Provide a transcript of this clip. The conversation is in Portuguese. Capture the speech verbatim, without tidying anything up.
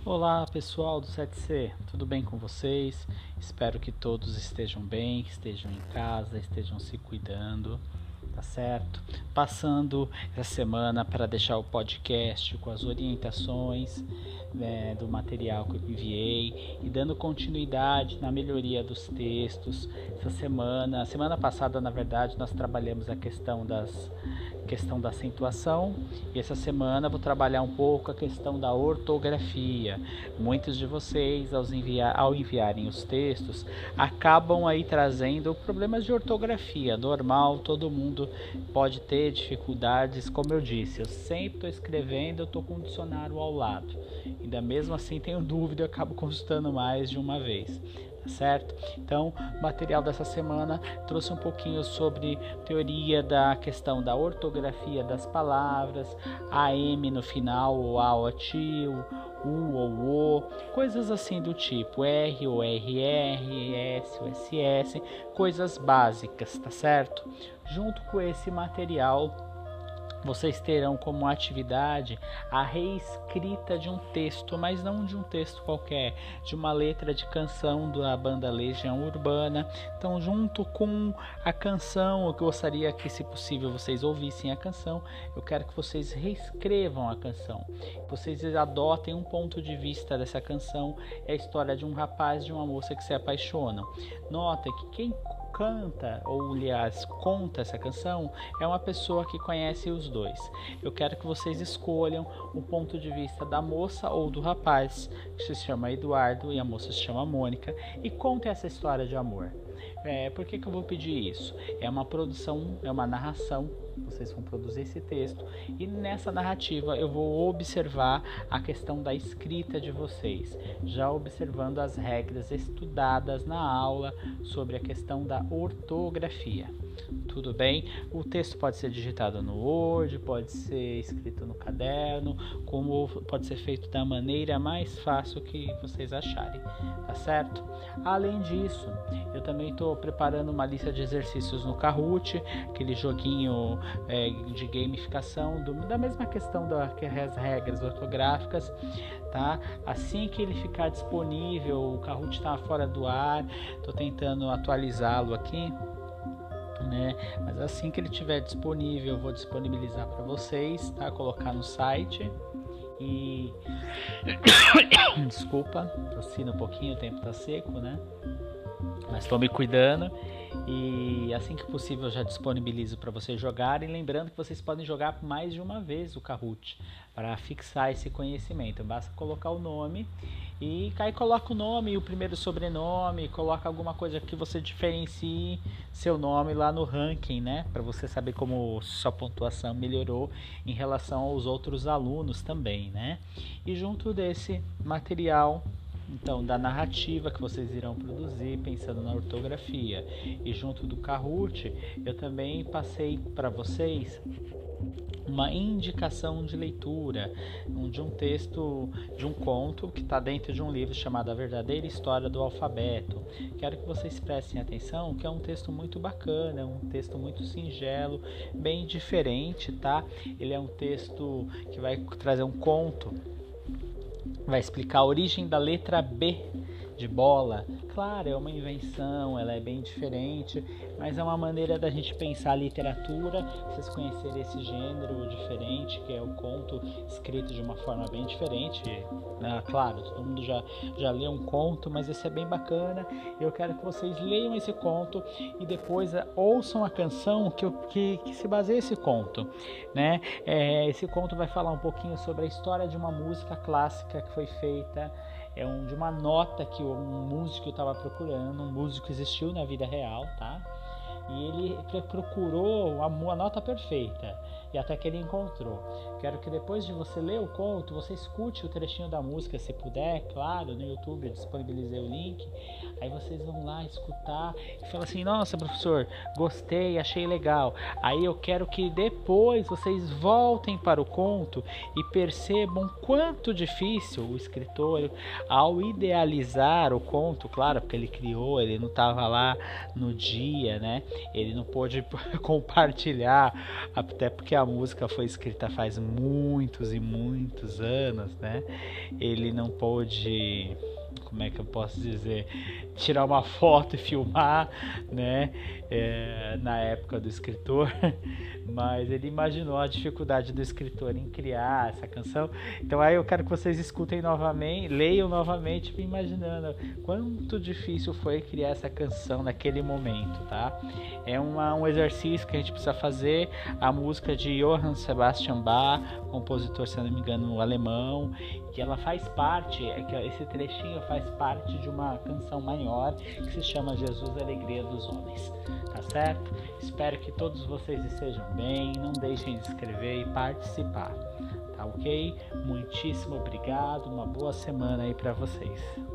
Olá pessoal do sete C, tudo bem com vocês? Espero que todos estejam bem, que estejam em casa, estejam se cuidando, tá certo? Passando essa semana para deixar o podcast com as orientações, né, do material que eu enviei e dando continuidade na melhoria dos textos. Essa semana, semana passada na verdade nós trabalhamos a questão das questão da acentuação e essa semana vou trabalhar um pouco a questão da ortografia. Muitos de vocês ao, enviar, ao enviarem os textos acabam aí trazendo problemas de ortografia, normal, todo mundo pode ter dificuldades, como eu disse, eu sempre estou escrevendo, eu estou com um dicionário ao lado, ainda mesmo assim tenho dúvida, eu acabo consultando mais de uma vez. Tá certo? Então, o material dessa semana trouxe um pouquinho sobre teoria da questão da ortografia das palavras, a M no final, o A ou a T, o U ou O, coisas assim do tipo, R ou R R, S ou S S, coisas básicas, tá certo? Junto com esse material, vocês terão como atividade a reescrita de um texto, mas não de um texto qualquer, de uma letra de canção da banda Legião Urbana. Então, junto com a canção, eu gostaria que, se possível, vocês ouvissem a canção. Eu quero que vocês reescrevam a canção. Vocês adotem um ponto de vista dessa canção. É a história de um rapaz e de uma moça que se apaixonam. Nota que quem canta, ou aliás, conta essa canção, é uma pessoa que conhece os dois. Eu quero que vocês escolham o ponto de vista da moça ou do rapaz, que se chama Eduardo e a moça se chama Mônica, e contem essa história de amor. É, por que que eu vou pedir isso? É uma produção, é uma narração, vocês vão produzir esse texto e nessa narrativa eu vou observar a questão da escrita de vocês, já observando as regras estudadas na aula sobre a questão da ortografia. Tudo bem? O texto pode ser digitado no Word, pode ser escrito no caderno, como pode ser feito da maneira mais fácil que vocês acharem, tá certo? Além disso, eu também estou preparando uma lista de exercícios no Kahoot, aquele joguinho é, de gamificação, do, da mesma questão das regras ortográficas, tá? Assim que ele ficar disponível, o Kahoot está fora do ar, estou tentando atualizá-lo aqui, né? Mas assim que ele estiver disponível, eu vou disponibilizar para vocês, tá? Colocar no site e desculpa, tossindo um pouquinho, o tempo tá seco, né? Mas estou me cuidando e assim que possível eu já disponibilizo para vocês jogarem, lembrando que vocês podem jogar mais de uma vez o Kahoot para fixar esse conhecimento. Basta colocar o nome e aí coloca o nome e o primeiro sobrenome, coloca alguma coisa que você diferencie seu nome lá no ranking, né? Para você saber como sua pontuação melhorou em relação aos outros alunos também, né? E junto desse material, então, da narrativa que vocês irão produzir pensando na ortografia e junto do Kahoot, eu também passei para vocês uma indicação de leitura de um texto, de um conto que está dentro de um livro chamado A Verdadeira História do Alfabeto. Quero que vocês prestem atenção, que é um texto muito bacana, é um texto muito singelo, bem diferente, tá? Ele é um texto que vai trazer um conto, vai explicar a origem da letra B de bola. Claro, é uma invenção, ela é bem diferente, mas é uma maneira da gente pensar a literatura, vocês conhecerem esse gênero diferente, que é o conto escrito de uma forma bem diferente, né? Claro, todo mundo já, já leu um conto, mas esse é bem bacana. Eu quero que vocês leiam esse conto e depois ouçam a canção que, que, que se baseia esse conto, né? É, esse conto vai falar um pouquinho sobre a história de uma música clássica que foi feita, é um, de uma nota que um músico estava procurando, um músico que existiu na vida real, tá? E ele procurou a, a nota perfeita e até que ele encontrou. Quero que depois de você ler o conto, você escute o trechinho da música, se puder, claro, no YouTube eu disponibilizei o link. Aí vocês vão lá escutar e falam assim: nossa, professor, gostei, achei legal. Aí eu quero que depois vocês voltem para o conto e percebam quanto difícil o escritor, ao idealizar o conto, claro, porque ele criou, ele não estava lá no dia, né? Ele não pôde compartilhar, até porque a música foi escrita faz muitos e muitos anos, né? Ele não pôde, como é que eu posso dizer, tirar uma foto e filmar, né, é, na época do escritor, mas ele imaginou a dificuldade do escritor em criar essa canção. Então aí eu quero que vocês escutem novamente, leiam novamente, imaginando quanto difícil foi criar essa canção naquele momento, tá? É uma, um exercício que a gente precisa fazer. A música de Johann Sebastian Bach, compositor, se não me engano, alemão, que ela faz parte, é que esse trechinho faz parte de uma canção maior que se chama Jesus, Alegria dos Homens, tá certo? Espero que todos vocês estejam bem, não deixem de escrever e participar, tá ok? Muitíssimo obrigado, uma boa semana aí para vocês.